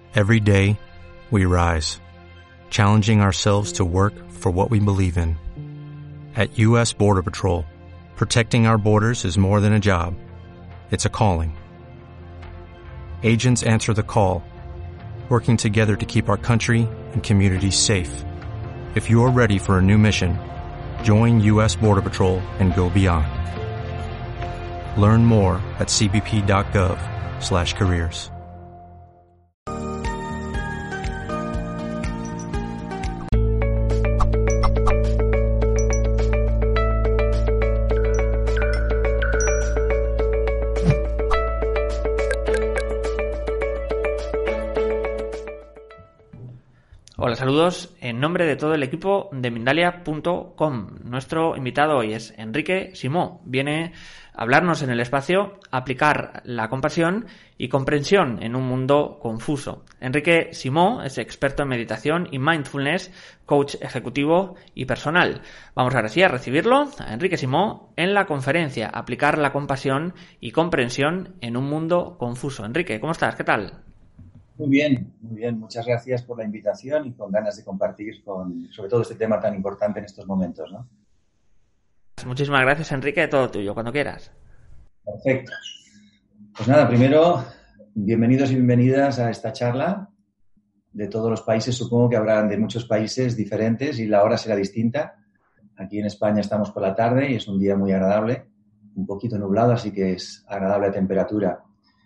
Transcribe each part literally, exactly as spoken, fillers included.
Every day, we rise, challenging ourselves to work for what we believe in. At U S Border Patrol, protecting our borders is more than a job. It's a calling. Agents answer the call, working together to keep our country and communities safe. If you're ready for a new mission, join U S Border Patrol and go beyond. Learn more at c b p dot gov slash careers. Hola, saludos en nombre de todo el equipo de Mindalia punto com. Nuestro invitado hoy es Enrique Simó. Viene a hablarnos en el espacio aplicar la compasión y comprensión en un mundo confuso. Enrique Simó es experto en meditación y mindfulness, coach ejecutivo y personal. Vamos ahora sí a recibirlo, a Enrique Simó, en la conferencia Aplicar la compasión y comprensión en un mundo confuso. Enrique, ¿cómo estás? ¿Qué tal? Muy bien, muy bien. Muchas gracias por la invitación y con ganas de compartir con, sobre todo este tema tan importante en estos momentos, ¿no? Muchísimas gracias, Enrique, todo tuyo, cuando quieras. Perfecto. Pues nada, primero, bienvenidos y bienvenidas a esta charla. De todos los países, supongo que habrán de muchos países diferentes y la hora será distinta. Aquí en España estamos por la tarde y es un día muy agradable, un poquito nublado, así que es agradable la temperatura.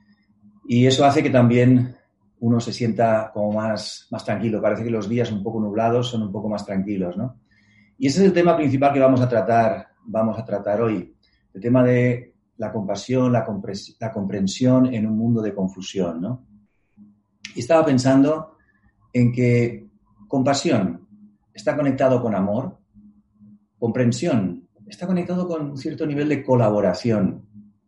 Y eso hace que también uno se sienta como más, más tranquilo. Parece que los días un poco nublados son un poco más tranquilos, ¿no? Y ese es el tema principal que vamos a tratar, vamos a tratar hoy. El tema de la compasión, la, compres- la comprensión en un mundo de confusión, ¿no? Y estaba pensando en que compasión está conectado con amor, comprensión está conectado con un cierto nivel de colaboración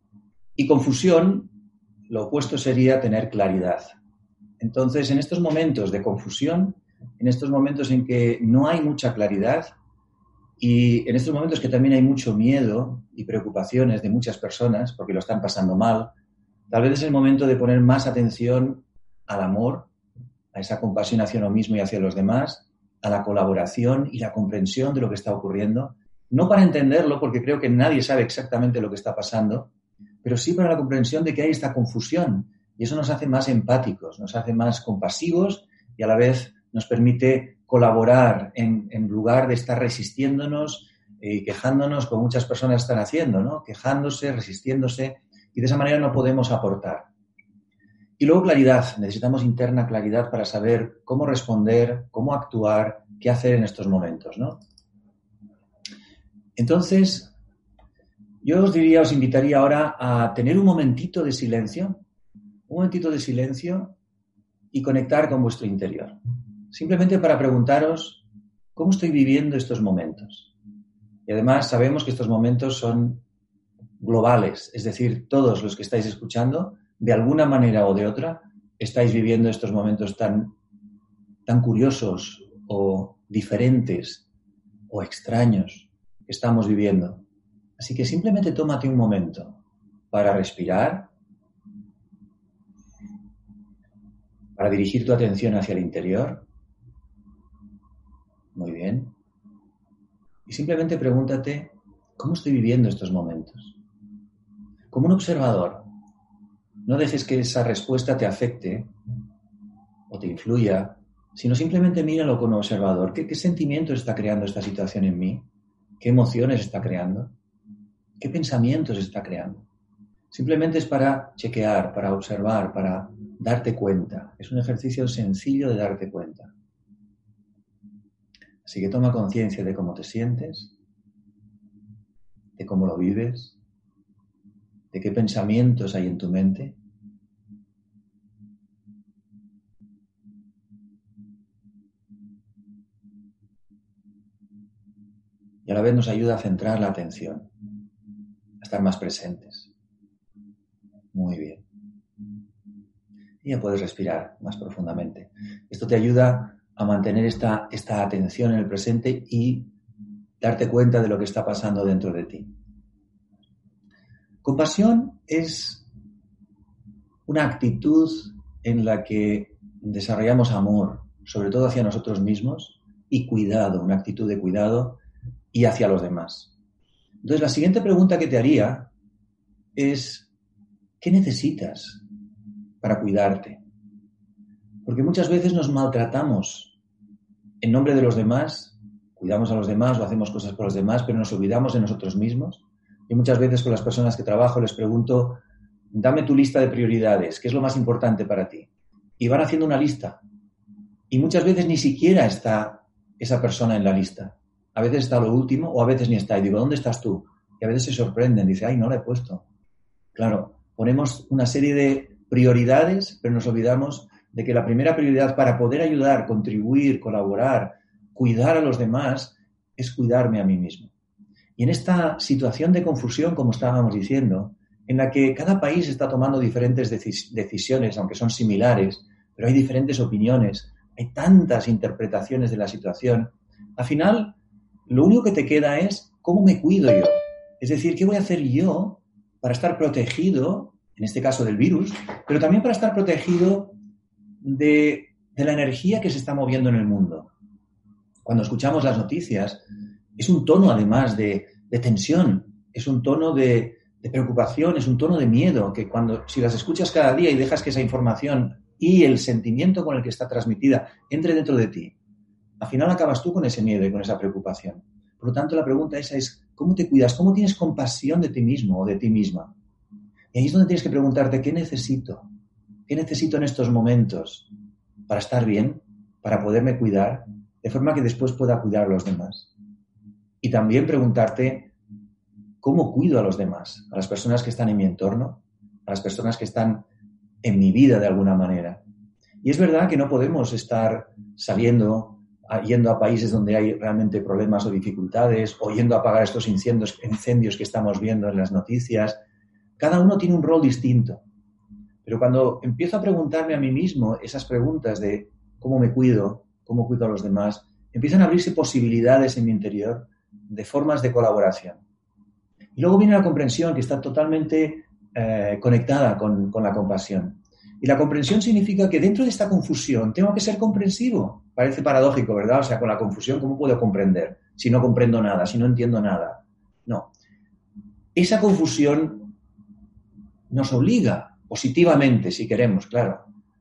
y confusión, lo opuesto sería tener claridad. Entonces, en estos momentos de confusión, en estos momentos en que no hay mucha claridad y en estos momentos que también hay mucho miedo y preocupaciones de muchas personas porque lo están pasando mal, tal vez es el momento de poner más atención al amor, a esa compasión hacia uno mismo y hacia los demás, a la colaboración y la comprensión de lo que está ocurriendo. No para entenderlo, porque creo que nadie sabe exactamente lo que está pasando, pero sí para la comprensión de que hay esta confusión. Y eso nos hace más empáticos, nos hace más compasivos y a la vez nos permite colaborar en, en lugar de estar resistiéndonos y quejándonos como muchas personas están haciendo, ¿no? Quejándose, resistiéndose y de esa manera no podemos aportar. Y luego claridad, necesitamos interna claridad para saber cómo responder, cómo actuar, qué hacer en estos momentos, ¿no? Entonces, yo os diría, os invitaría ahora a tener un momentito de silencio, un momentito de silencio y conectar con vuestro interior. Simplemente para preguntaros cómo estoy viviendo estos momentos. Y además sabemos que estos momentos son globales, es decir, todos los que estáis escuchando, de alguna manera o de otra, estáis viviendo estos momentos tan, tan curiosos o diferentes o extraños que estamos viviendo. Así que simplemente tómate un momento para respirar, para dirigir tu atención hacia el interior. Muy bien. Y simplemente pregúntate, ¿cómo estoy viviendo estos momentos? Como un observador, no dejes que esa respuesta te afecte o te influya, sino simplemente míralo como observador. ¿Qué, qué sentimientos está creando esta situación en mí? ¿Qué emociones está creando? ¿Qué pensamientos está creando? Simplemente es para chequear, para observar, para darte cuenta. Es un ejercicio sencillo de darte cuenta. Así que toma conciencia de cómo te sientes, de cómo lo vives, de qué pensamientos hay en tu mente. Y a la vez nos ayuda a centrar la atención, a estar más presentes. Muy bien. Y ya puedes respirar más profundamente. Esto te ayuda a mantener esta, esta atención en el presente y darte cuenta de lo que está pasando dentro de ti. Compasión es una actitud en la que desarrollamos amor, sobre todo hacia nosotros mismos, y cuidado, una actitud de cuidado y hacia los demás. Entonces, la siguiente pregunta que te haría es, ¿qué necesitas para cuidarte? Porque muchas veces nos maltratamos en nombre de los demás, cuidamos a los demás o hacemos cosas por los demás, pero nos olvidamos de nosotros mismos. Y muchas veces con las personas que trabajo les pregunto, dame tu lista de prioridades, ¿qué es lo más importante para ti? Y van haciendo una lista. Y muchas veces ni siquiera está esa persona en la lista. A veces está lo último o a veces ni está. Y digo, ¿dónde estás tú? Y a veces se sorprenden. Dice, ay, no la he puesto. Claro, ponemos una serie de prioridades, pero nos olvidamos de que la primera prioridad para poder ayudar, contribuir, colaborar, cuidar a los demás, es cuidarme a mí mismo. Y en esta situación de confusión, como estábamos diciendo, en la que cada país está tomando diferentes decis- decisiones, aunque son similares, pero hay diferentes opiniones, hay tantas interpretaciones de la situación, al final lo único que te queda es cómo me cuido yo. Es decir, ¿qué voy a hacer yo para estar protegido, en este caso del virus, pero también para estar protegido de, de la energía que se está moviendo en el mundo? Cuando escuchamos las noticias, es un tono además de, de tensión, es un tono de, de preocupación, es un tono de miedo, que cuando si las escuchas cada día y dejas que esa información y el sentimiento con el que está transmitida entre dentro de ti, al final acabas tú con ese miedo y con esa preocupación. Por lo tanto, la pregunta esa es, ¿cómo te cuidas? ¿Cómo tienes compasión de ti mismo o de ti misma? Y ahí es donde tienes que preguntarte, ¿qué necesito? ¿Qué necesito en estos momentos para estar bien, para poderme cuidar, de forma que después pueda cuidar a los demás? Y también preguntarte, ¿cómo cuido a los demás? A las personas que están en mi entorno, a las personas que están en mi vida de alguna manera. Y es verdad que no podemos estar saliendo, yendo a países donde hay realmente problemas o dificultades, o yendo a apagar estos incendios, incendios que estamos viendo en las noticias. Cada uno tiene un rol distinto. Pero cuando empiezo a preguntarme a mí mismo esas preguntas de cómo me cuido, cómo cuido a los demás, empiezan a abrirse posibilidades en mi interior de formas de colaboración. Y luego viene la comprensión, que está totalmente eh, conectada con, con la compasión. Y la comprensión significa que dentro de esta confusión tengo que ser comprensivo. Parece paradójico, ¿verdad? O sea, con la confusión, ¿cómo puedo comprender? Si no comprendo nada, si no entiendo nada. No. Esa confusión nos obliga, positivamente, si queremos, claro,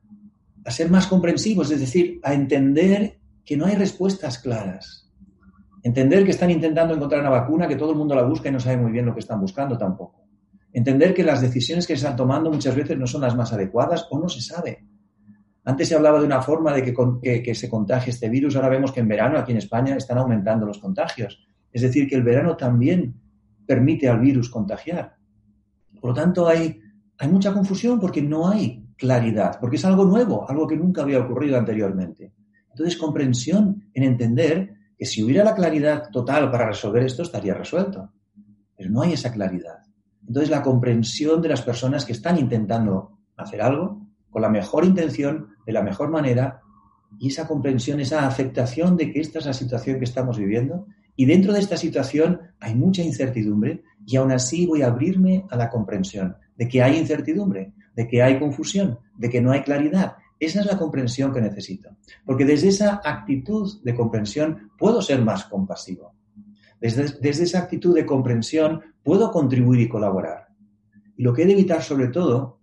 a ser más comprensivos, es decir, a entender que no hay respuestas claras. Entender que están intentando encontrar una vacuna, que todo el mundo la busca y no sabe muy bien lo que están buscando tampoco. Entender que las decisiones que se están tomando muchas veces no son las más adecuadas o no se sabe. Antes se hablaba de una forma de que, que, que se contagie este virus. Ahora vemos que en verano aquí en España están aumentando los contagios. Es decir, que el verano también permite al virus contagiar. Por lo tanto, hay, hay mucha confusión porque no hay claridad, porque es algo nuevo, algo que nunca había ocurrido anteriormente. Entonces, comprensión en entender que si hubiera la claridad total para resolver esto, estaría resuelto. Pero no hay esa claridad. Entonces, la comprensión de las personas que están intentando hacer algo con la mejor intención, de la mejor manera, y esa comprensión, esa aceptación de que esta es la situación que estamos viviendo, y dentro de esta situación hay mucha incertidumbre, y aún así voy a abrirme a la comprensión de que hay incertidumbre, de que hay confusión, de que no hay claridad. Esa es la comprensión que necesito. Porque desde esa actitud de comprensión puedo ser más compasivo. Desde, desde esa actitud de comprensión puedo contribuir y colaborar. Y lo que he de evitar sobre todo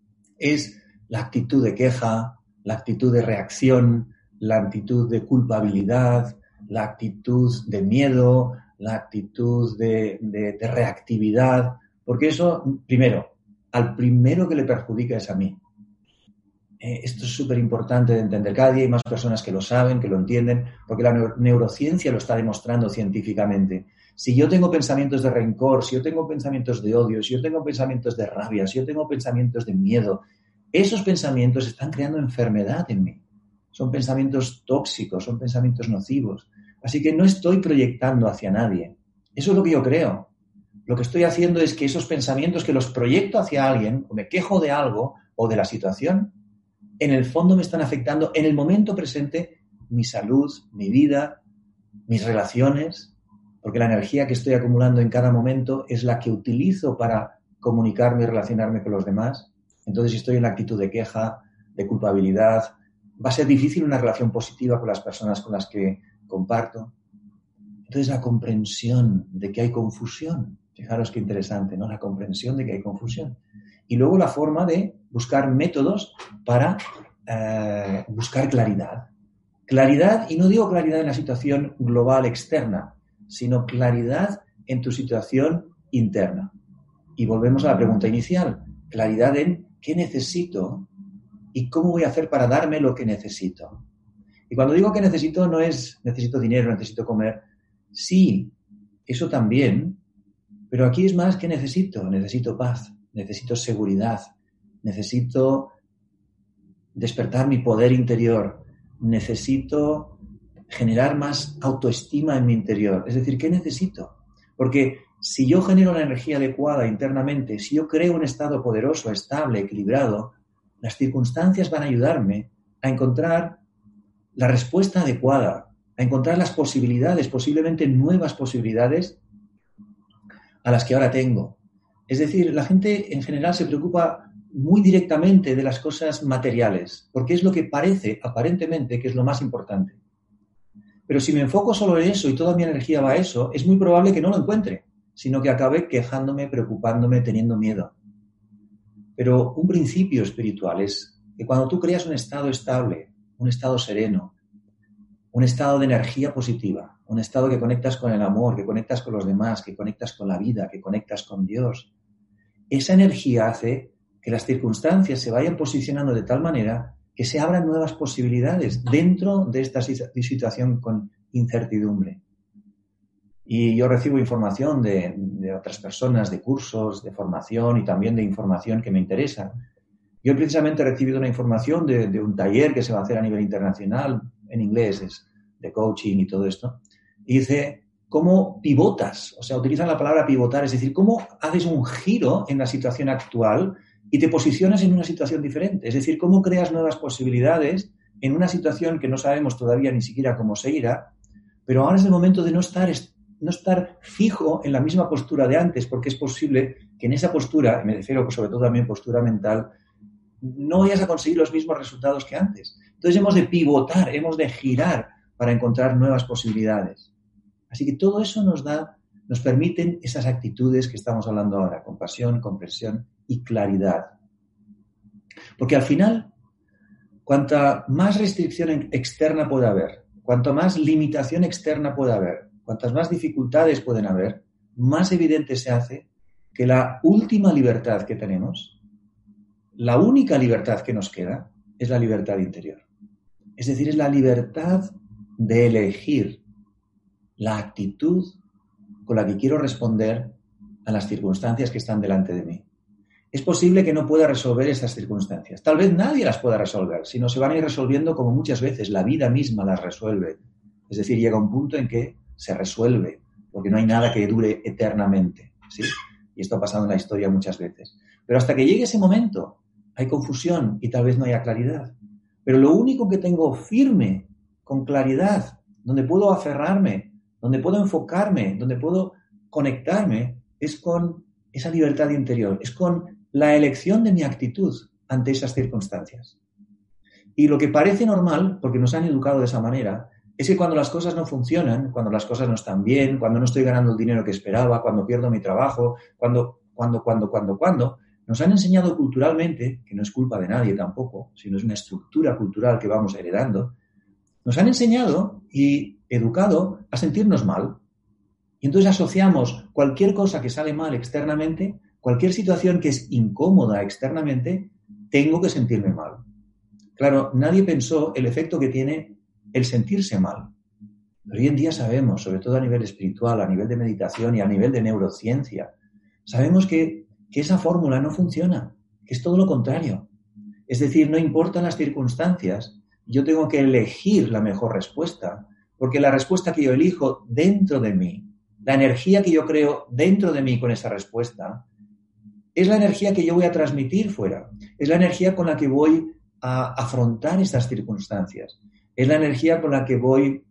es la actitud de queja, la actitud de reacción, la actitud de culpabilidad, la actitud de miedo, la actitud de, de, de reactividad. Porque eso, primero, al primero que le perjudica es a mí. Eh, esto es súper importante de entender. Cada día hay más personas que lo saben, que lo entienden, porque la neuro- neurociencia lo está demostrando científicamente. Si yo tengo pensamientos de rencor, si yo tengo pensamientos de odio, si yo tengo pensamientos de rabia, si yo tengo pensamientos de miedo, esos pensamientos están creando enfermedad en mí. Son pensamientos tóxicos, son pensamientos nocivos. Así que no estoy proyectando hacia nadie. Eso es lo que yo creo. Lo que estoy haciendo es que esos pensamientos que los proyecto hacia alguien, o me quejo de algo o de la situación, en el fondo me están afectando en el momento presente mi salud, mi vida, mis relaciones, porque la energía que estoy acumulando en cada momento es la que utilizo para comunicarme y relacionarme con los demás. Entonces, si estoy en la actitud de queja, de culpabilidad, va a ser difícil una relación positiva con las personas con las que comparto. Entonces, la comprensión de que hay confusión. Fijaros qué interesante, ¿no? La comprensión de que hay confusión. Y luego la forma de buscar métodos para eh, buscar claridad. Claridad, y no digo claridad en la situación global externa, sino claridad en tu situación interna. Y volvemos a la pregunta inicial. Claridad en qué necesito y cómo voy a hacer para darme lo que necesito. Y cuando digo que necesito, no es necesito dinero, necesito comer. Sí, eso también, pero aquí es más que necesito. Necesito paz, necesito seguridad, necesito despertar mi poder interior, necesito generar más autoestima en mi interior. Es decir, ¿qué necesito? Porque si yo genero la energía adecuada internamente, si yo creo un estado poderoso, estable, equilibrado, las circunstancias van a ayudarme a encontrar la respuesta adecuada, a encontrar las posibilidades, posiblemente nuevas posibilidades a las que ahora tengo. Es decir, la gente en general se preocupa muy directamente de las cosas materiales, porque es lo que parece, aparentemente, que es lo más importante. Pero si me enfoco solo en eso y toda mi energía va a eso, es muy probable que no lo encuentre, sino que acabe quejándome, preocupándome, teniendo miedo. Pero un principio espiritual es que cuando tú creas un estado estable, un estado sereno, un estado de energía positiva, un estado que conectas con el amor, que conectas con los demás, que conectas con la vida, que conectas con Dios, esa energía hace que las circunstancias se vayan posicionando de tal manera que se abran nuevas posibilidades dentro de esta situación con incertidumbre. Y yo recibo información de, de otras personas, de cursos, de formación y también de información que me interesa. Yo precisamente he recibido una información de, de un taller que se va a hacer a nivel internacional, en inglés, es de coaching y todo esto. Y dice, ¿cómo pivotas? O sea, utilizan la palabra pivotar, es decir, ¿cómo haces un giro en la situación actual y te posicionas en una situación diferente? Es decir, ¿cómo creas nuevas posibilidades en una situación que no sabemos todavía ni siquiera cómo se irá? Pero ahora es el momento de no estar, no estar fijo en la misma postura de antes, porque es posible que en esa postura, y me refiero sobre todo también postura mental, no vayas a conseguir los mismos resultados que antes. Entonces hemos de pivotar, hemos de girar para encontrar nuevas posibilidades. Así que todo eso nos da, nos permiten esas actitudes que estamos hablando ahora, compasión, comprensión y claridad. Porque al final, cuanta más restricción externa pueda haber, cuanto más limitación externa pueda haber, cuantas más dificultades pueden haber, más evidente se hace que la última libertad que tenemos, la única libertad que nos queda, es la libertad interior. Es decir, es la libertad de elegir la actitud con la que quiero responder a las circunstancias que están delante de mí. Es posible que no pueda resolver esas circunstancias. Tal vez nadie las pueda resolver, sino se van a ir resolviendo como muchas veces la vida misma las resuelve. Es decir, llega un punto en que se resuelve, porque no hay nada que dure eternamente, ¿sí? Y esto ha pasado en la historia muchas veces. Pero hasta que llegue ese momento, hay confusión y tal vez no haya claridad. Pero lo único que tengo firme, con claridad, donde puedo aferrarme, donde puedo enfocarme, donde puedo conectarme, es con esa libertad interior, es con la elección de mi actitud ante esas circunstancias. Y lo que parece normal, porque nos han educado de esa manera, es que cuando las cosas no funcionan, cuando las cosas no están bien, cuando no estoy ganando el dinero que esperaba, cuando pierdo mi trabajo, cuando, cuando, cuando, cuando, cuando, nos han enseñado culturalmente, que no es culpa de nadie tampoco, sino es una estructura cultural que vamos heredando, nos han enseñado y educado a sentirnos mal. Y entonces asociamos cualquier cosa que sale mal externamente, cualquier situación que es incómoda externamente, tengo que sentirme mal. Claro, nadie pensó el efecto que tiene el sentirse mal. Pero hoy en día sabemos, sobre todo a nivel espiritual, a nivel de meditación y a nivel de neurociencia, sabemos que, que esa fórmula no funciona, que es todo lo contrario. Es decir, no importan las circunstancias, yo tengo que elegir la mejor respuesta, porque la respuesta que yo elijo dentro de mí, la energía que yo creo dentro de mí con esa respuesta, es la energía que yo voy a transmitir fuera, es la energía con la que voy a afrontar estas circunstancias, es la energía con la que voy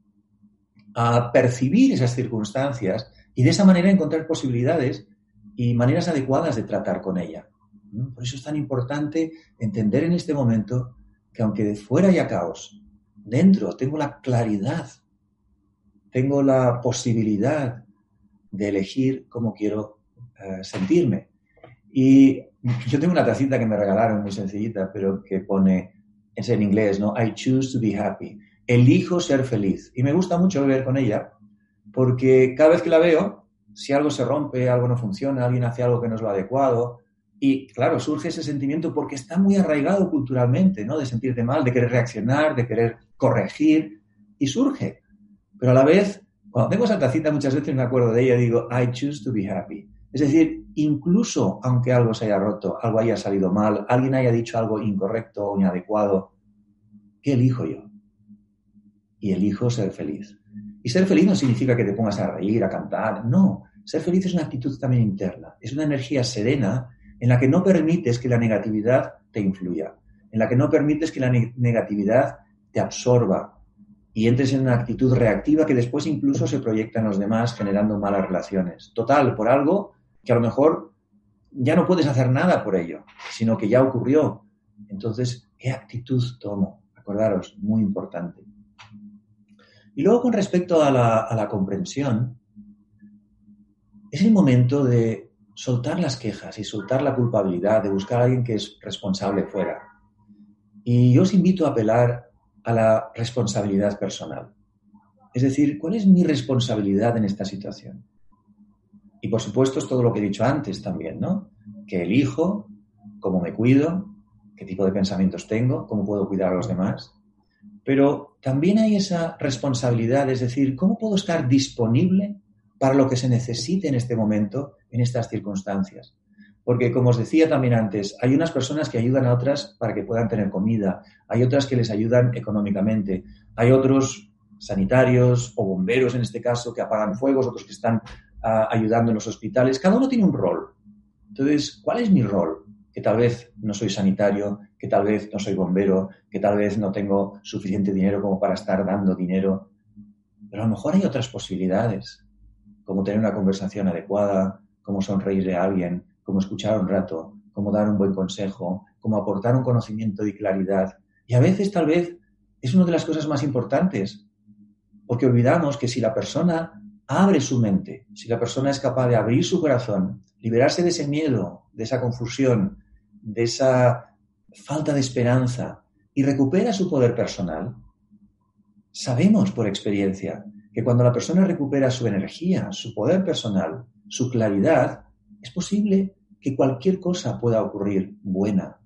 a percibir esas circunstancias y de esa manera encontrar posibilidades y maneras adecuadas de tratar con ella. Por eso es tan importante entender en este momento que aunque de fuera haya caos, dentro tengo la claridad, tengo la posibilidad de elegir cómo quiero uh, sentirme. Y yo tengo una tacita que me regalaron muy sencillita, pero que pone, es en inglés, ¿no? I choose to be happy. Elijo ser feliz. Y me gusta mucho beber con ella, porque cada vez que la veo, si algo se rompe, algo no funciona, alguien hace algo que no es lo adecuado, y claro, surge ese sentimiento porque está muy arraigado culturalmente, ¿no? De sentirte mal, de querer reaccionar, de querer corregir, y surge. Pero a la vez, cuando tengo esa tacita, muchas veces me acuerdo de ella y digo, I choose to be happy. Es decir, incluso aunque algo se haya roto, algo haya salido mal, alguien haya dicho algo incorrecto o inadecuado, ¿qué elijo yo? Y elijo ser feliz. Y ser feliz no significa que te pongas a reír, a cantar, no. Ser feliz es una actitud también interna, es una energía serena en la que no permites que la negatividad te influya, en la que no permites que la ne- negatividad te absorba y entres en una actitud reactiva que después incluso se proyecta en los demás generando malas relaciones. Total, por algo que a lo mejor ya no puedes hacer nada por ello, sino que ya ocurrió. Entonces, ¿qué actitud tomo? Acordaros, muy importante. Y luego con respecto a la, a la comprensión, es el momento de soltar las quejas y soltar la culpabilidad, de buscar a alguien que es responsable fuera. Y yo os invito a apelar a la responsabilidad personal. Es decir, ¿cuál es mi responsabilidad en esta situación? Y por supuesto es todo lo que he dicho antes también, ¿no? ¿Qué elijo? ¿Cómo me cuido? ¿Qué tipo de pensamientos tengo? ¿Cómo puedo cuidar a los demás? Pero también hay esa responsabilidad, es decir, ¿cómo puedo estar disponible para lo que se necesite en este momento, en estas circunstancias? Porque, como os decía también antes, hay unas personas que ayudan a otras para que puedan tener comida, hay otras que les ayudan económicamente, hay otros sanitarios o bomberos, en este caso, que apagan fuegos, otros que están uh, ayudando en los hospitales. Cada uno tiene un rol. Entonces, ¿cuál es mi rol? Que tal vez no soy sanitario, que tal vez no soy bombero, que tal vez no tengo suficiente dinero como para estar dando dinero. Pero a lo mejor hay otras posibilidades, como tener una conversación adecuada, como sonreírle a alguien, como escuchar un rato, como dar un buen consejo, como aportar un conocimiento y claridad. Y a veces, tal vez, es una de las cosas más importantes, porque olvidamos que si la persona abre su mente, si la persona es capaz de abrir su corazón, liberarse de ese miedo, de esa confusión, de esa falta de esperanza y recupera su poder personal, sabemos por experiencia que cuando la persona recupera su energía, su poder personal, su claridad, es posible que cualquier cosa pueda ocurrir buena.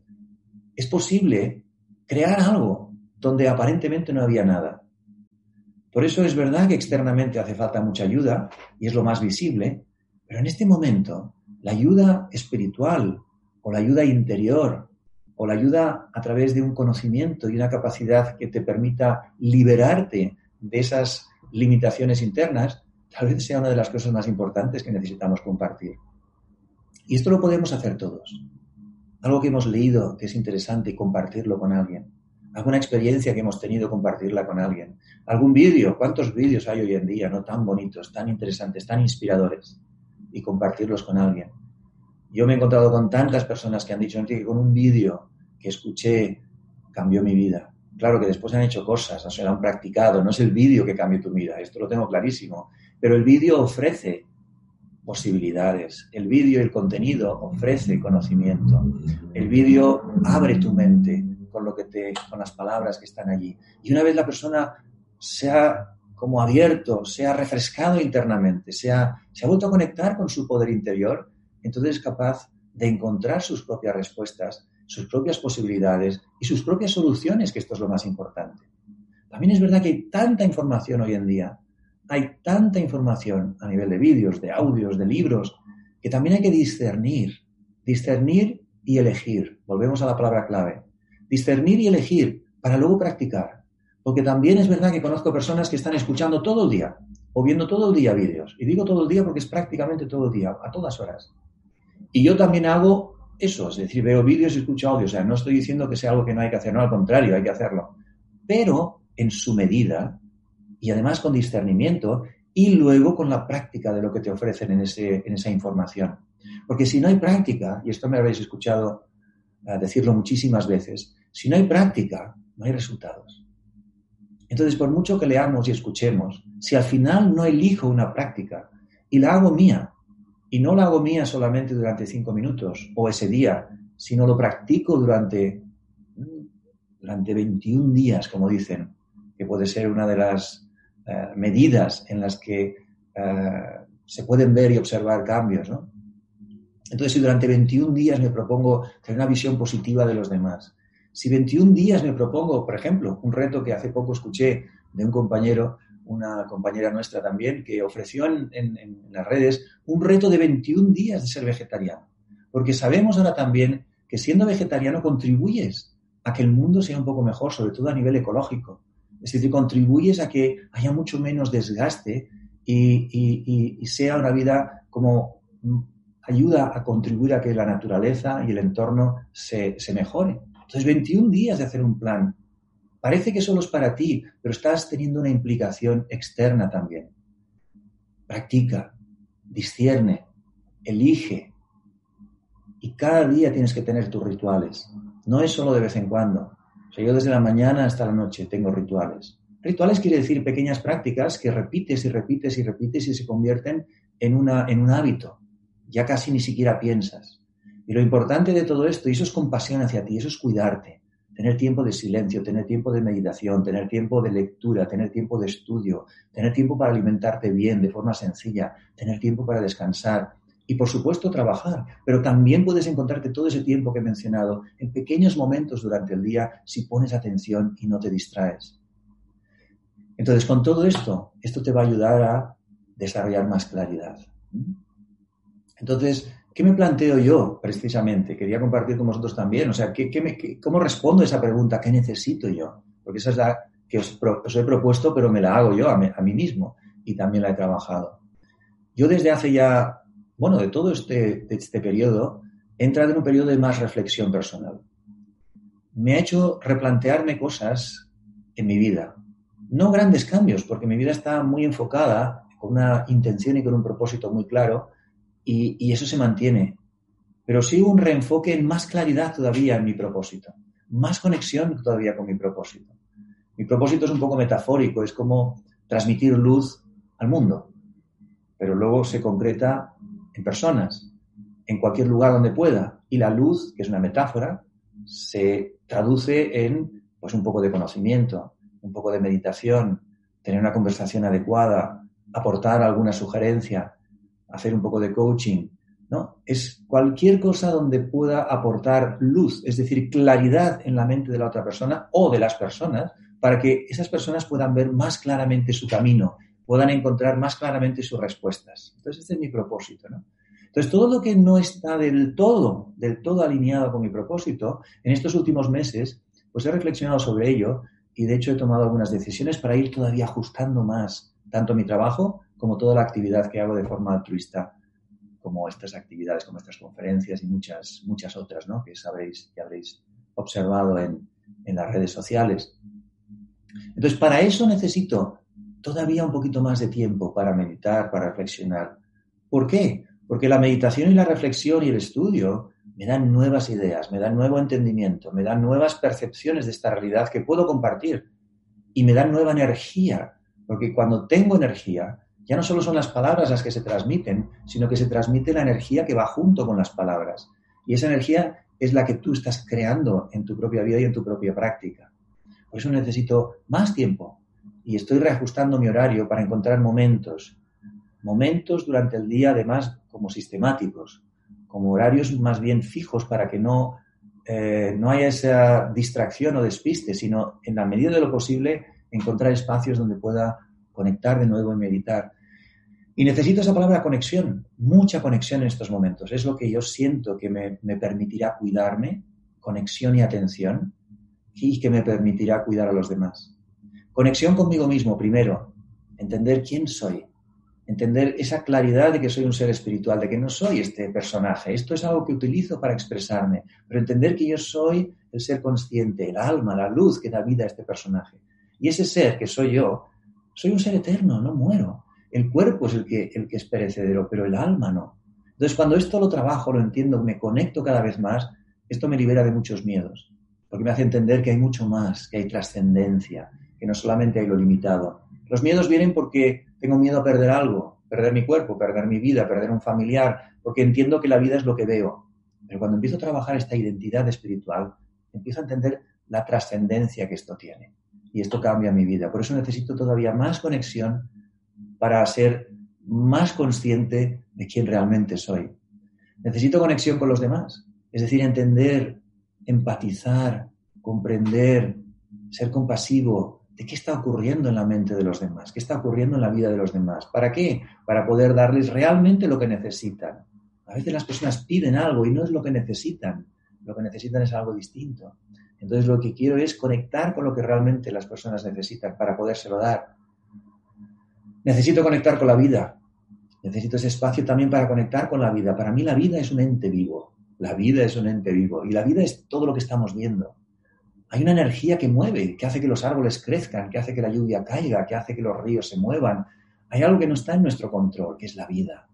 Es posible crear algo donde aparentemente no había nada. Por eso es verdad que externamente hace falta mucha ayuda y es lo más visible, pero en este momento la ayuda espiritual o la ayuda interior o la ayuda a través de un conocimiento y una capacidad que te permita liberarte de esas limitaciones internas, tal vez sea una de las cosas más importantes que necesitamos compartir. Y esto lo podemos hacer todos. Algo que hemos leído que es interesante y compartirlo con alguien. Alguna experiencia que hemos tenido, compartirla con alguien. Algún vídeo. ¿Cuántos vídeos hay hoy en día, no? Tan bonitos, tan interesantes, tan inspiradores. Y compartirlos con alguien. Yo me he encontrado con tantas personas que han dicho que con un vídeo que escuché cambió mi vida. Claro que después han hecho cosas, se lo han practicado. No es el vídeo que cambie tu vida, esto lo tengo clarísimo. Pero el vídeo ofrece posibilidades. El vídeo y el contenido ofrece conocimiento. El vídeo abre tu mente con lo que te, con las palabras que están allí. Y una vez la persona se ha como abierto, se ha refrescado internamente, se ha, se ha vuelto a conectar con su poder interior, entonces es capaz de encontrar sus propias respuestas, sus propias posibilidades y sus propias soluciones, que esto es lo más importante. También es verdad que hay tanta información hoy en día, hay tanta información a nivel de vídeos, de audios, de libros, que también hay que discernir, discernir y elegir. Volvemos a la palabra clave. Discernir y elegir para luego practicar. Porque también es verdad que conozco personas que están escuchando todo el día o viendo todo el día vídeos. Y digo todo el día porque es prácticamente todo el día, a todas horas. Y yo también hago eso, es decir, veo vídeos y escucho audio. O sea, no estoy diciendo que sea algo que no hay que hacer, no, al contrario, hay que hacerlo. Pero en su medida y además con discernimiento y luego con la práctica de lo que te ofrecen en, ese, en esa información. Porque si no hay práctica, y esto me habéis escuchado uh, decirlo muchísimas veces, Si no hay práctica, no hay resultados. Entonces, por mucho que leamos y escuchemos, si al final no elijo una práctica y la hago mía, y no la hago mía solamente durante cinco minutos o ese día, sino lo practico durante, durante veintiún días, como dicen, que puede ser una de las uh, medidas en las que uh, se pueden ver y observar cambios, ¿no? Entonces, si durante veintiún días me propongo tener una visión positiva de los demás, si veintiún días me propongo, por ejemplo, un reto que hace poco escuché de un compañero, una compañera nuestra también, que ofreció en, en, en las redes un reto de veintiún días de ser vegetariano. Porque sabemos ahora también que siendo vegetariano contribuyes a que el mundo sea un poco mejor, sobre todo a nivel ecológico. Es decir, contribuyes a que haya mucho menos desgaste y, y, y, y sea una vida como ayuda a contribuir a que la naturaleza y el entorno se, se mejore. Entonces, veintiún días de hacer un plan. Parece que solo es para ti, pero estás teniendo una implicación externa también. Practica, discierne, elige. Y cada día tienes que tener tus rituales. No es solo de vez en cuando. O sea, yo desde la mañana hasta la noche tengo rituales. Rituales quiere decir pequeñas prácticas que repites y repites y repites y se convierten en, una, en un hábito. Ya casi ni siquiera piensas. Y lo importante de todo esto, y eso es compasión hacia ti, eso es cuidarte. Tener tiempo de silencio, tener tiempo de meditación, tener tiempo de lectura, tener tiempo de estudio, tener tiempo para alimentarte bien de forma sencilla, tener tiempo para descansar y, por supuesto, trabajar. Pero también puedes encontrarte todo ese tiempo que he mencionado en pequeños momentos durante el día si pones atención y no te distraes. Entonces, con todo esto, esto te va a ayudar a desarrollar más claridad. Entonces, ¿qué me planteo yo precisamente? Quería compartir con vosotros también. O sea, ¿qué, qué me, qué, ¿cómo respondo a esa pregunta? ¿Qué necesito yo? Porque esa es la que os, os he propuesto, pero me la hago yo a, me, a mí mismo y también la he trabajado. Yo desde hace ya, bueno, de todo este, de este periodo, he entrado en un periodo de más reflexión personal. Me ha hecho replantearme cosas en mi vida. No grandes cambios, porque mi vida está muy enfocada, con una intención y con un propósito muy claro, Y, y eso se mantiene. Pero sí un reenfoque en más claridad todavía en mi propósito. Más conexión todavía con mi propósito. Mi propósito es un poco metafórico, es como transmitir luz al mundo. Pero luego se concreta en personas, en cualquier lugar donde pueda. Y la luz, que es una metáfora, se traduce en pues un poco de conocimiento, un poco de meditación, tener una conversación adecuada, aportar alguna sugerencia, hacer un poco de coaching, ¿no? Es cualquier cosa donde pueda aportar luz, es decir, claridad en la mente de la otra persona o de las personas, para que esas personas puedan ver más claramente su camino, puedan encontrar más claramente sus respuestas. Entonces, este es mi propósito, ¿no? Entonces, todo lo que no está del todo, del todo alineado con mi propósito, en estos últimos meses, pues he reflexionado sobre ello y, de hecho, he tomado algunas decisiones para ir todavía ajustando más tanto mi trabajo como toda la actividad que hago de forma altruista, como estas actividades, como estas conferencias y muchas, muchas otras, ¿no? Que sabréis, que habréis observado en, en las redes sociales. Entonces, para eso necesito todavía un poquito más de tiempo para meditar, para reflexionar. ¿Por qué? Porque la meditación y la reflexión y el estudio me dan nuevas ideas, me dan nuevo entendimiento, me dan nuevas percepciones de esta realidad que puedo compartir y me dan nueva energía, porque cuando tengo energía, ya no solo son las palabras las que se transmiten, sino que se transmite la energía que va junto con las palabras. Y esa energía es la que tú estás creando en tu propia vida y en tu propia práctica. Por eso necesito más tiempo y estoy reajustando mi horario para encontrar momentos, momentos durante el día además como sistemáticos, como horarios más bien fijos para que no, eh, no haya esa distracción o despiste, sino en la medida de lo posible encontrar espacios donde pueda conectar de nuevo y meditar. Y necesito esa palabra conexión, mucha conexión en estos momentos. Es lo que yo siento que me, me permitirá cuidarme, conexión y atención, y que me permitirá cuidar a los demás. Conexión conmigo mismo, primero. Entender quién soy. Entender esa claridad de que soy un ser espiritual, de que no soy este personaje. Esto es algo que utilizo para expresarme. Pero entender que yo soy el ser consciente, el alma, la luz que da vida a este personaje. Y ese ser que soy yo, soy un ser eterno, no muero. El cuerpo es el que, el que es perecedero, pero el alma no. Entonces, cuando esto lo trabajo, lo entiendo, me conecto cada vez más, esto me libera de muchos miedos. porque me hace entender que hay mucho más, que hay trascendencia, que no solamente hay lo limitado. Los miedos vienen porque tengo miedo a perder algo, perder mi cuerpo, perder mi vida, perder un familiar, porque entiendo que la vida es lo que veo. Pero cuando empiezo a trabajar esta identidad espiritual, empiezo a entender la trascendencia que esto tiene. Y esto cambia mi vida. Por eso necesito todavía más conexión para ser más consciente de quién realmente soy. Necesito conexión con los demás. Es decir, entender, empatizar, comprender, ser compasivo de qué está ocurriendo en la mente de los demás, qué está ocurriendo en la vida de los demás. ¿Para qué? Para poder darles realmente lo que necesitan. A veces las personas piden algo y no es lo que necesitan. Lo que necesitan es algo distinto. Entonces lo que quiero es conectar con lo que realmente las personas necesitan para podérselo dar. Necesito conectar con la vida. Necesito ese espacio también para conectar con la vida. Para mí la vida es un ente vivo. La vida es un ente vivo. Y la vida es todo lo que estamos viendo. Hay una energía que mueve, que hace que los árboles crezcan, que hace que la lluvia caiga, que hace que los ríos se muevan. Hay algo que no está en nuestro control, que es la vida.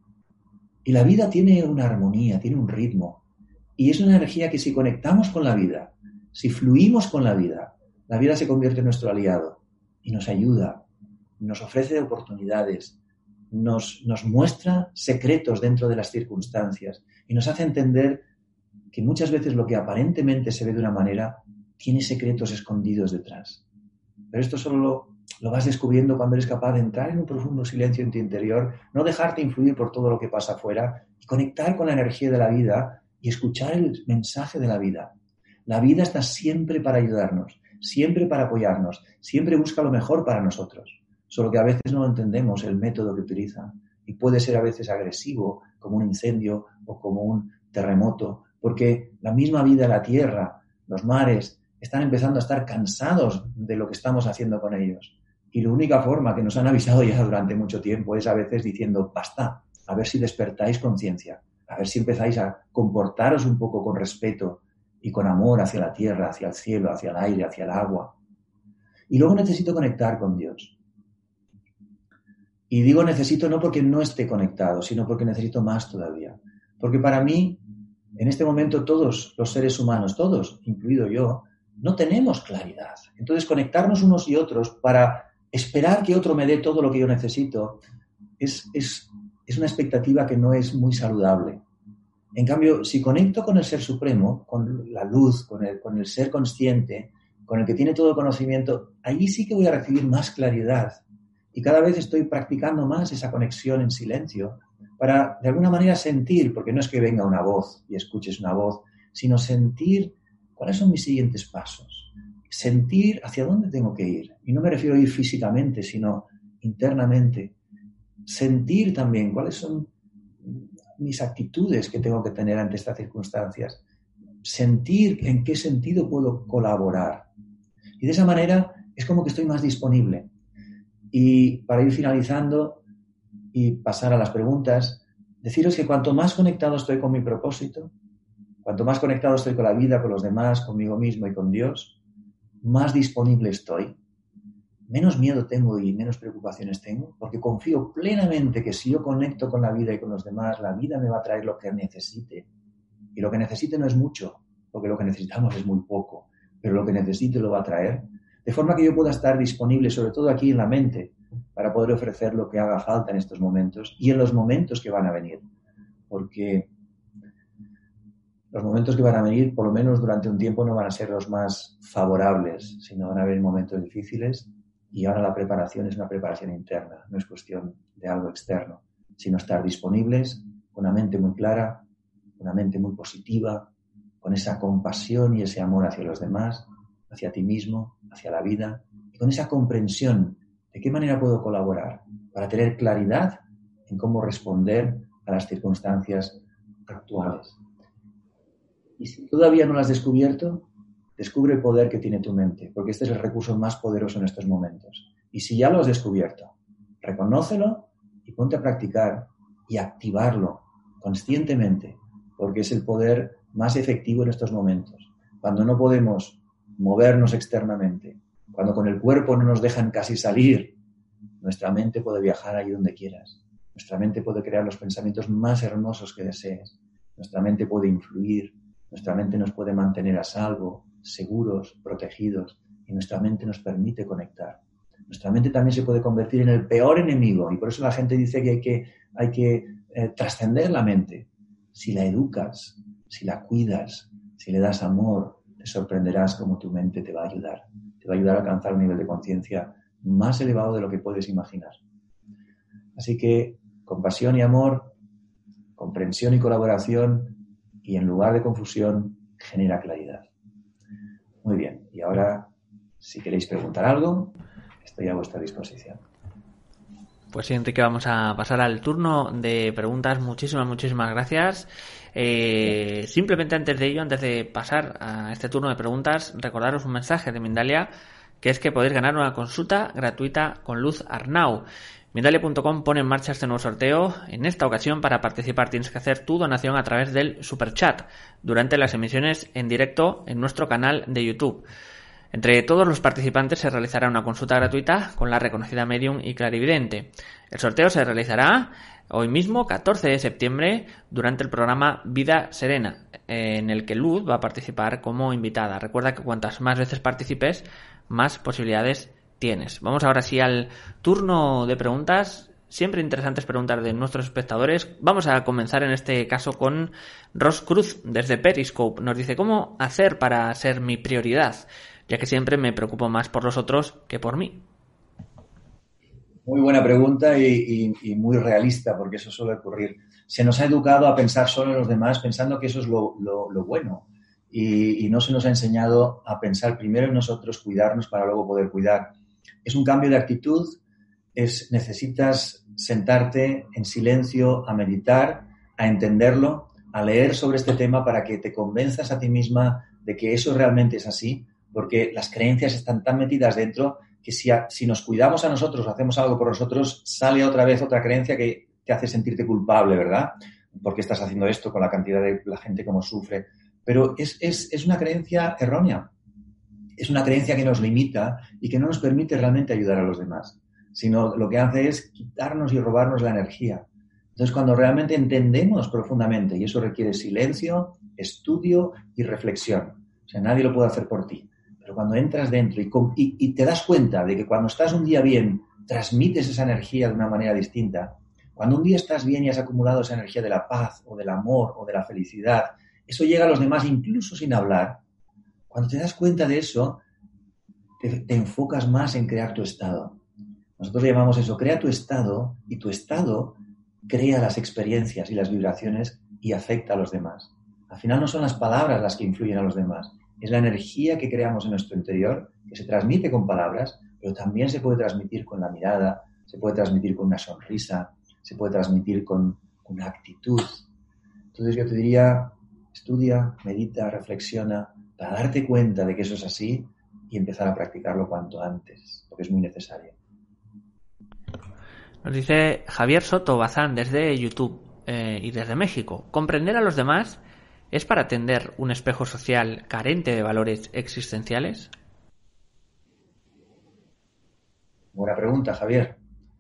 Y la vida tiene una armonía, tiene un ritmo. Y es una energía que si conectamos con la vida, si fluimos con la vida, la vida se convierte en nuestro aliado y nos ayuda, nos ofrece oportunidades, nos, nos muestra secretos dentro de las circunstancias y nos hace entender que muchas veces lo que aparentemente se ve de una manera tiene secretos escondidos detrás. Pero esto solo lo, lo vas descubriendo cuando eres capaz de entrar en un profundo silencio en tu interior, no dejarte influir por todo lo que pasa afuera y conectar con la energía de la vida y escuchar el mensaje de la vida. La vida está siempre para ayudarnos, siempre para apoyarnos, siempre busca lo mejor para nosotros. Solo que a veces no entendemos el método que utiliza y puede ser a veces agresivo, como un incendio o como un terremoto, porque la misma vida, la tierra, los mares, están empezando a estar cansados de lo que estamos haciendo con ellos. Y la única forma que nos han avisado ya durante mucho tiempo es a veces diciendo, basta, a ver si despertáis conciencia, a ver si empezáis a comportaros un poco con respeto y con amor hacia la tierra, hacia el cielo, hacia el aire, hacia el agua. Y luego necesito conectar con Dios. Y digo necesito no porque no esté conectado, sino porque necesito más todavía. Porque para mí, en este momento, todos los seres humanos, todos, incluido yo, no tenemos claridad. Entonces, conectarnos unos y otros para esperar que otro me dé todo lo que yo necesito es, es, es una expectativa que no es muy saludable. En cambio, si conecto con el Ser Supremo, con la luz, con el, con el Ser consciente, con el que tiene todo el conocimiento, allí sí que voy a recibir más claridad. Y cada vez estoy practicando más esa conexión en silencio para, de alguna manera, sentir, porque no es que venga una voz y escuches una voz, sino sentir cuáles son mis siguientes pasos. Sentir hacia dónde tengo que ir. Y no me refiero a ir físicamente, sino internamente. Sentir también cuáles son mis actitudes que tengo que tener ante estas circunstancias. Sentir en qué sentido puedo colaborar. Y de esa manera es como que estoy más disponible. Y para ir finalizando y pasar a las preguntas, deciros que cuanto más conectado estoy con mi propósito, cuanto más conectado estoy con la vida, con los demás, conmigo mismo y con Dios, más disponible estoy, menos miedo tengo y menos preocupaciones tengo, porque confío plenamente que si yo conecto con la vida y con los demás, la vida me va a traer lo que necesite. Y lo que necesite no es mucho, porque lo que necesitamos es muy poco, pero lo que necesite lo va a traer. De forma que yo pueda estar disponible, sobre todo aquí en la mente, para poder ofrecer lo que haga falta en estos momentos y en los momentos que van a venir. Porque los momentos que van a venir, por lo menos durante un tiempo, no van a ser los más favorables, sino van a haber momentos difíciles y ahora la preparación es una preparación interna, no es cuestión de algo externo, sino estar disponibles con una mente muy clara, una mente muy positiva, con esa compasión y ese amor hacia los demás, hacia ti mismo, hacia la vida, y con esa comprensión de qué manera puedo colaborar para tener claridad en cómo responder a las circunstancias actuales. Y si todavía no lo has descubierto, descubre el poder que tiene tu mente, porque este es el recurso más poderoso en estos momentos. Y si ya lo has descubierto, reconócelo y ponte a practicar y activarlo conscientemente, porque es el poder más efectivo en estos momentos. Cuando no podemos movernos externamente, cuando con el cuerpo no nos dejan casi salir, nuestra mente puede viajar ahí donde quieras. Nuestra mente puede crear los pensamientos más hermosos que desees. Nuestra mente puede influir. Nuestra mente nos puede mantener a salvo. seguros, protegidos, y nuestra mente nos permite conectar. Nuestra mente también se puede convertir en el peor enemigo, y por eso la gente dice que hay que, hay que eh, trascender la mente. Si la educas, si la cuidas, si le das amor, te sorprenderás cómo tu mente te va a ayudar. Te va a ayudar a alcanzar un nivel de conciencia más elevado de lo que puedes imaginar. Así que compasión y amor, comprensión y colaboración, y en lugar de confusión, genera claridad. Muy bien, y ahora, si queréis preguntar algo, estoy a vuestra disposición. Pues sí, Enrique, vamos a pasar al turno de preguntas. Muchísimas, muchísimas gracias. Eh, simplemente antes de ello, antes de pasar a este turno de preguntas, recordaros un mensaje de Mindalia, que es que podéis ganar una consulta gratuita con Luz Arnau. Mindalia punto com pone en marcha este nuevo sorteo. En esta ocasión, para participar tienes que hacer tu donación a través del Superchat durante las emisiones en directo en nuestro canal de YouTube. Entre todos los participantes se realizará una consulta gratuita con la reconocida medium y clarividente. El sorteo se realizará hoy mismo, catorce de septiembre, durante el programa Vida Serena, en el que Luz va a participar como invitada. Recuerda que cuantas más veces participes, más posibilidades tienes. Vamos ahora sí al turno de preguntas. Siempre interesantes preguntas de nuestros espectadores. Vamos a comenzar en este caso con Ros Cruz desde Periscope. Nos dice: ¿cómo hacer para ser mi prioridad? Ya que siempre me preocupo más por los otros que por mí. Muy buena pregunta y, y, y muy realista, porque eso suele ocurrir. Se nos ha educado a pensar solo en los demás, pensando que eso es lo, lo, lo bueno. Y, y no se nos ha enseñado a pensar primero en nosotros, cuidarnos para luego poder cuidar. Es un cambio de actitud. Es, necesitas sentarte en silencio, a meditar, a entenderlo, a leer sobre este tema para que te convenzas a ti misma de que eso realmente es así, porque las creencias están tan metidas dentro que si, a, si nos cuidamos a nosotros o hacemos algo por nosotros, sale otra vez otra creencia que te hace sentirte culpable, ¿verdad? ¿Por qué estás haciendo esto con la cantidad de la gente como sufre? Pero es, es, es una creencia errónea. Es una creencia que nos limita y que no nos permite realmente ayudar a los demás, sino lo que hace es quitarnos y robarnos la energía. Entonces, cuando realmente entendemos profundamente, y eso requiere silencio, estudio y reflexión, o sea, nadie lo puede hacer por ti, pero cuando entras dentro y, y, y te das cuenta de que cuando estás un día bien, transmites esa energía de una manera distinta, cuando un día estás bien y has acumulado esa energía de la paz o del amor o de la felicidad, eso llega a los demás incluso sin hablar. Cuando te das cuenta de eso, te, te enfocas más en crear tu estado. Nosotros llamamos eso, crea tu estado, y tu estado crea las experiencias y las vibraciones y afecta a los demás. Al final no son las palabras las que influyen a los demás, es la energía que creamos en nuestro interior, que se transmite con palabras, pero también se puede transmitir con la mirada, se puede transmitir con una sonrisa, se puede transmitir con una actitud. Entonces yo te diría, estudia, medita, reflexiona, para darte cuenta de que eso es así y empezar a practicarlo cuanto antes, porque es muy necesario. Nos dice Javier Soto Bazán desde YouTube eh, y desde México. ¿Comprender a los demás es para tender un espejo social carente de valores existenciales? Buena pregunta, Javier.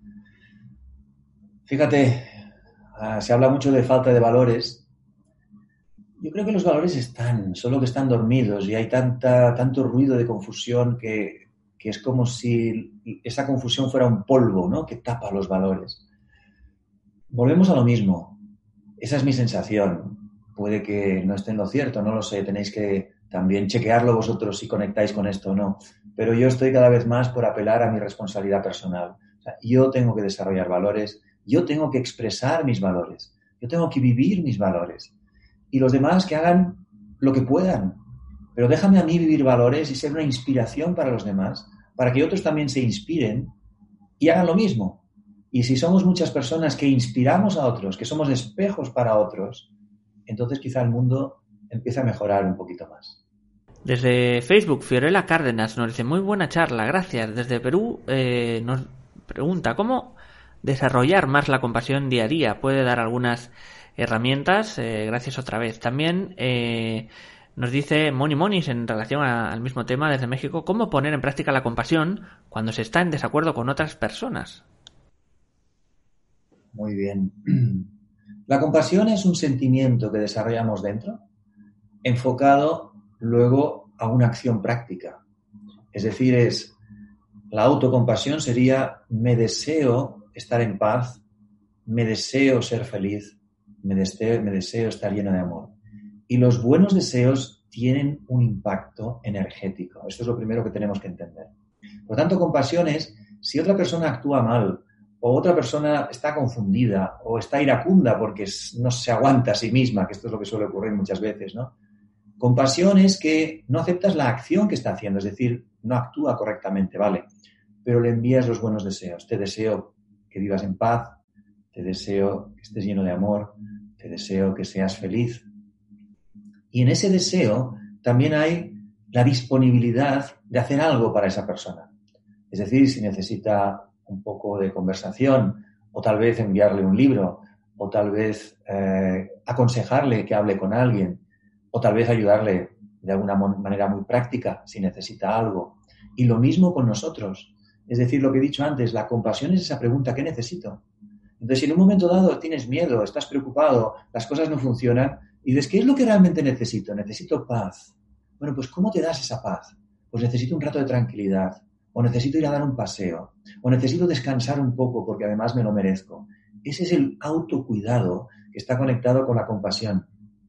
Fíjate, uh, se habla mucho de falta de valores. Yo creo que los valores están, solo que están dormidos, y hay tanta, tanto ruido de confusión que, que es como si esa confusión fuera un polvo, ¿no?, que tapa los valores. Volvemos a lo mismo. Esa es mi sensación. Puede que no esté en lo cierto, no lo sé. Tenéis que también chequearlo vosotros si conectáis con esto o no. Pero yo estoy cada vez más por apelar a mi responsabilidad personal. O sea, yo tengo que desarrollar valores, yo tengo que expresar mis valores, yo tengo que vivir mis valores. Y los demás que hagan lo que puedan. Pero déjame a mí vivir valores y ser una inspiración para los demás, para que otros también se inspiren y hagan lo mismo. Y si somos muchas personas que inspiramos a otros, que somos espejos para otros, entonces quizá el mundo empiece a mejorar un poquito más. Desde Facebook, Fiorella Cárdenas nos dice: muy buena charla, gracias. Desde Perú eh, nos pregunta: ¿cómo desarrollar más la compasión día a día? Puede dar algunas herramientas. Eh, gracias otra vez. También eh, nos dice Moni Monis en relación a, al mismo tema desde México: ¿cómo poner en práctica la compasión cuando se está en desacuerdo con otras personas? Muy bien. La compasión es un sentimiento que desarrollamos dentro, enfocado luego a una acción práctica. Es decir, es la autocompasión sería me deseo estar en paz, me deseo ser feliz, me deseo, me deseo estar lleno de amor. Y los buenos deseos tienen un impacto energético. Esto es lo primero que tenemos que entender. Por tanto, compasión es si otra persona actúa mal, o otra persona está confundida, o está iracunda porque no se aguanta a sí misma, que esto es lo que suele ocurrir muchas veces, ¿no? Compasión es que no aceptas la acción que está haciendo, es decir, no actúa correctamente, ¿vale? Pero le envías los buenos deseos. Te deseo que vivas en paz, te deseo que estés lleno de amor, te deseo que seas feliz. Y en ese deseo también hay la disponibilidad de hacer algo para esa persona. Es decir, si necesita un poco de conversación, o tal vez enviarle un libro, o tal vez eh, aconsejarle que hable con alguien, o tal vez ayudarle de alguna manera muy práctica si necesita algo. Y lo mismo con nosotros. Es decir, lo que he dicho antes, la compasión es esa pregunta, ¿qué necesito? Entonces, si en un momento dado tienes miedo, estás preocupado, las cosas no funcionan, y dices, ¿qué es lo que realmente necesito? Necesito paz. Bueno, pues ¿cómo te das esa paz? Pues necesito un rato de tranquilidad, o necesito ir a dar un paseo, o necesito descansar un poco porque además me lo merezco. Ese es el autocuidado que está conectado con la compasión.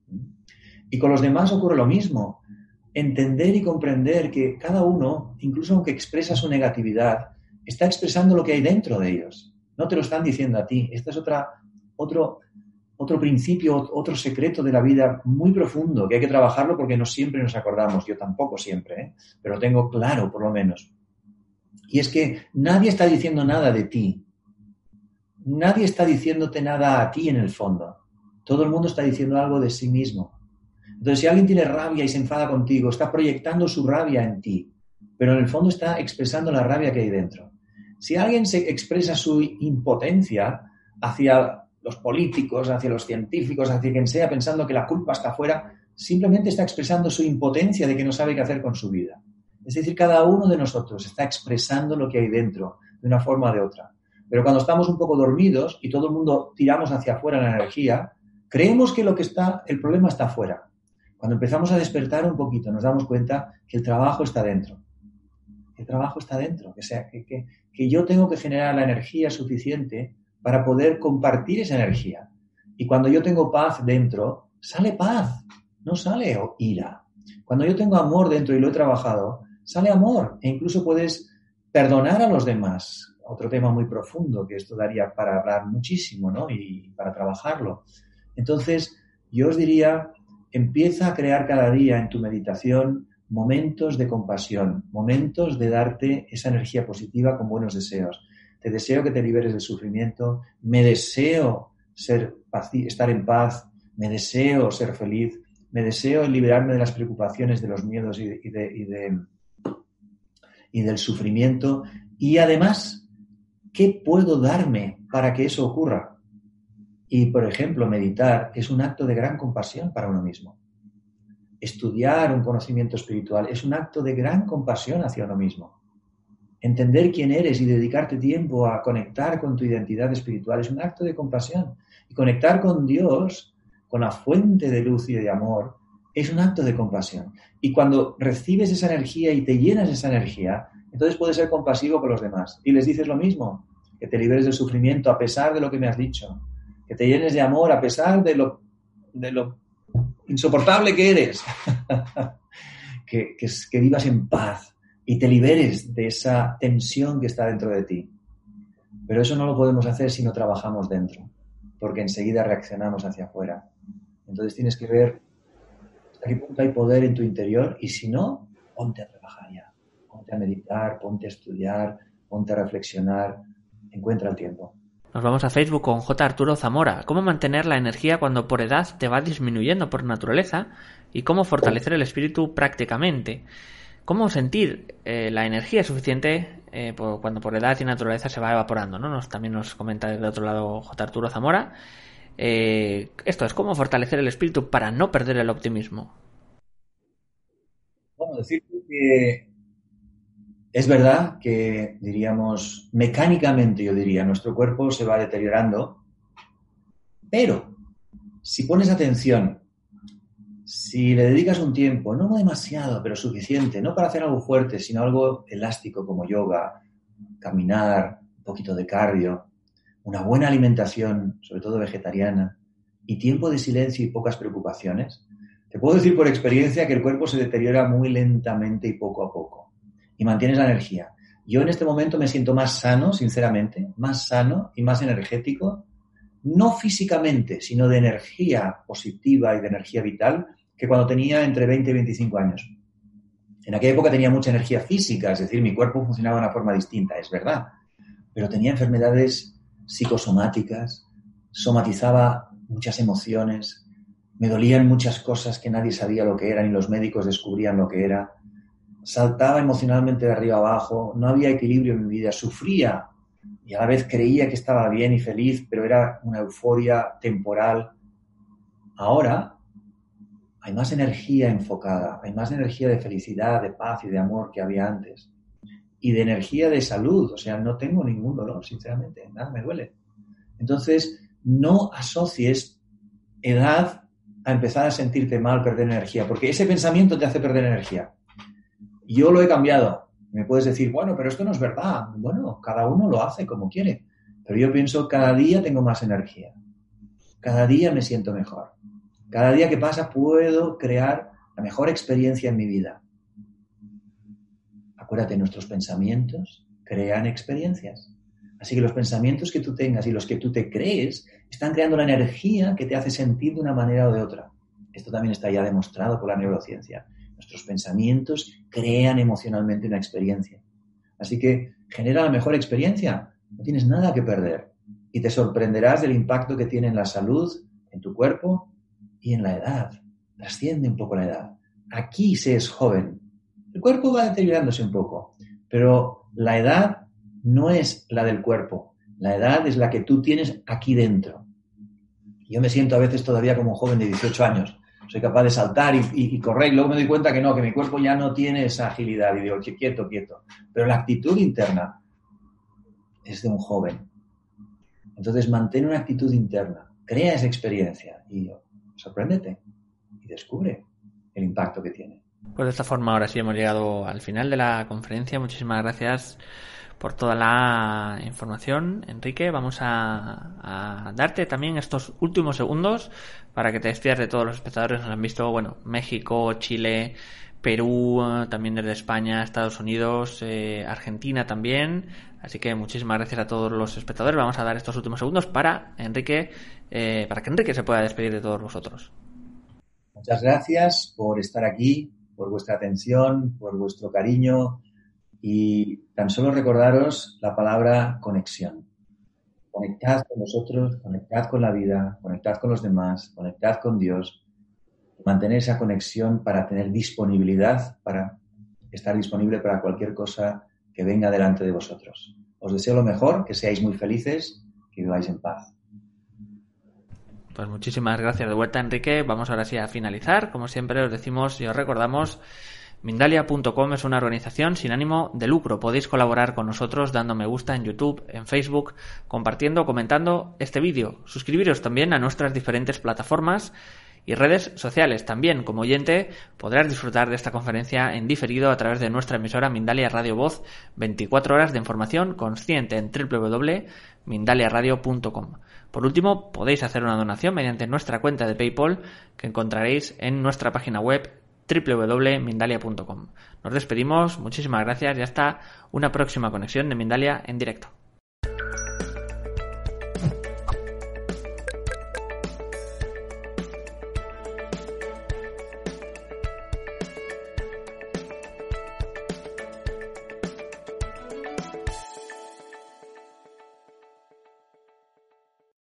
Y con los demás ocurre lo mismo. Entender y comprender que cada uno, incluso aunque expresa su negatividad, está expresando lo que hay dentro de ellos. No te lo están diciendo a ti. Este es otra, otro, otro principio, otro secreto de la vida muy profundo, que hay que trabajarlo porque no siempre nos acordamos. Yo tampoco siempre, ¿eh? Pero lo tengo claro, por lo menos. Y es que nadie está diciendo nada de ti. Nadie está diciéndote nada a ti en el fondo. Todo el mundo está diciendo algo de sí mismo. Entonces, si alguien tiene rabia y se enfada contigo, está proyectando su rabia en ti, pero en el fondo está expresando la rabia que hay dentro. Si alguien se expresa su impotencia hacia los políticos, hacia los científicos, hacia quien sea, pensando que la culpa está afuera, simplemente está expresando su impotencia de que no sabe qué hacer con su vida. Es decir, cada uno de nosotros está expresando lo que hay dentro, de una forma o de otra. Pero cuando estamos un poco dormidos y todo el mundo tiramos hacia afuera la energía, creemos que lo que está, el problema está afuera. Cuando empezamos a despertar un poquito, nos damos cuenta que el trabajo está dentro. El trabajo está dentro. O sea, que, que, que yo tengo que generar la energía suficiente para poder compartir esa energía. Y cuando yo tengo paz dentro, sale paz, no sale ira. Cuando yo tengo amor dentro y lo he trabajado, sale amor. E incluso puedes perdonar a los demás. Otro tema muy profundo, que esto daría para hablar muchísimo, ¿no? Y para trabajarlo. Entonces, yo os diría, empieza a crear cada día en tu meditación momentos de compasión, momentos de darte esa energía positiva con buenos deseos. Te deseo que te liberes del sufrimiento, me deseo ser, estar en paz, me deseo ser feliz, me deseo liberarme de las preocupaciones, de los miedos y, de, y, de, y, de, y del sufrimiento. Y además, ¿qué puedo darme para que eso ocurra? Y, por ejemplo, meditar es un acto de gran compasión para uno mismo. Estudiar un conocimiento espiritual es un acto de gran compasión hacia uno mismo. Entender quién eres y dedicarte tiempo a conectar con tu identidad espiritual es un acto de compasión. Y conectar con Dios, con la fuente de luz y de amor, es un acto de compasión. Y cuando recibes esa energía y te llenas de esa energía, entonces puedes ser compasivo con los demás. Y les dices lo mismo, que te liberes del sufrimiento a pesar de lo que me has dicho. Que te llenes de amor a pesar de lo, de lo insoportable que eres. que, que, que vivas en paz y te liberes de esa tensión que está dentro de ti. Pero eso no lo podemos hacer si no trabajamos dentro, porque enseguida reaccionamos hacia afuera. Entonces tienes que ver hasta qué punto hay poder en tu interior y si no, ponte a trabajar ya. Ponte a meditar, ponte a estudiar, ponte a reflexionar, encuentra el tiempo. Nos vamos a Facebook con J. Arturo Zamora. ¿Cómo mantener la energía cuando por edad te va disminuyendo por naturaleza? ¿Y cómo fortalecer el espíritu prácticamente? ¿Cómo sentir eh, la energía suficiente eh, por, cuando por edad y naturaleza se va evaporando, ¿no? Nos, también nos comenta desde otro lado J. Arturo Zamora. Eh, esto es, ¿cómo fortalecer el espíritu para no perder el optimismo? Bueno, decir que es verdad que, diríamos, mecánicamente, yo diría, nuestro cuerpo se va deteriorando, pero si pones atención Si le dedicas un tiempo, no demasiado, pero suficiente, no para hacer algo fuerte, sino algo elástico como yoga, caminar, un poquito de cardio, una buena alimentación, sobre todo vegetariana, y tiempo de silencio y pocas preocupaciones, te puedo decir por experiencia que el cuerpo se deteriora muy lentamente y poco a poco. Y mantienes la energía. Yo en este momento me siento más sano, sinceramente, más sano y más energético, no físicamente, sino de energía positiva y de energía vital, que cuando tenía entre veinte y veinticinco años. En aquella época tenía mucha energía física, es decir, mi cuerpo funcionaba de una forma distinta, es verdad, pero tenía enfermedades psicosomáticas, somatizaba muchas emociones, me dolían muchas cosas que nadie sabía lo que eran y los médicos descubrían lo que era, saltaba emocionalmente de arriba abajo, no había equilibrio en mi vida, sufría y a la vez creía que estaba bien y feliz, pero era una euforia temporal. Ahora hay más energía enfocada, hay más energía de felicidad, de paz y de amor que había antes. Y de energía de salud, o sea, no tengo ningún dolor, sinceramente, nada me duele. Entonces, no asocies edad a empezar a sentirte mal, perder energía, porque ese pensamiento te hace perder energía. Yo lo he cambiado. Me puedes decir, bueno, pero esto no es verdad. Bueno, cada uno lo hace como quiere. Pero yo pienso, cada día tengo más energía. Cada día me siento mejor. Cada día que pasa puedo crear la mejor experiencia en mi vida. Acuérdate, nuestros pensamientos crean experiencias. Así que los pensamientos que tú tengas y los que tú te crees están creando la energía que te hace sentir de una manera o de otra. Esto también está ya demostrado por la neurociencia. Nuestros pensamientos crean emocionalmente una experiencia. Así que genera la mejor experiencia. No tienes nada que perder. Y te sorprenderás del impacto que tiene en la salud, en tu cuerpo y en la edad. Trasciende un poco la edad. Aquí se es joven. El cuerpo va deteriorándose un poco. Pero la edad no es la del cuerpo. La edad es la que tú tienes aquí dentro. Yo me siento a veces todavía como un joven de dieciocho años. Soy capaz de saltar y, y, y correr, y luego me doy cuenta que no, que mi cuerpo ya no tiene esa agilidad y digo, quieto, quieto. Pero la actitud interna es de un joven. Entonces mantén una actitud interna, crea esa experiencia y sorpréndete y descubre el impacto que tiene. Pues de esta forma ahora sí hemos llegado al final de la conferencia. Muchísimas gracias por toda la información, Enrique. Vamos a, a darte también estos últimos segundos para que te despidas de todos los espectadores. Nos han visto, bueno, México, Chile, Perú, también desde España, Estados Unidos, eh, Argentina también. Así que muchísimas gracias a todos los espectadores. Vamos a dar estos últimos segundos para Enrique, eh, para que Enrique se pueda despedir de todos vosotros. Muchas gracias por estar aquí, por vuestra atención, por vuestro cariño. Y tan solo recordaros la palabra conexión. Conectad con vosotros, conectad con la vida, conectad con los demás, conectad con Dios. Mantener esa conexión para tener disponibilidad, para estar disponible para cualquier cosa que venga delante de vosotros. Os deseo lo mejor, que seáis muy felices, que viváis en paz. Pues muchísimas gracias de vuelta, Enrique. Vamos ahora sí a finalizar. Como siempre os decimos y os recordamos, Mindalia punto com es una organización sin ánimo de lucro. Podéis colaborar con nosotros dando me gusta en YouTube, en Facebook, compartiendo, comentando este vídeo. Suscribiros también a nuestras diferentes plataformas y redes sociales. También, como oyente, podrás disfrutar de esta conferencia en diferido a través de nuestra emisora Mindalia Radio Voz, veinticuatro horas de información consciente en doble u doble u doble u punto mindalia radio punto com. Por último, podéis hacer una donación mediante nuestra cuenta de PayPal que encontraréis en nuestra página web doble u doble u doble u punto mindalia punto com. Nos despedimos, muchísimas gracias y hasta una próxima conexión de Mindalia en directo.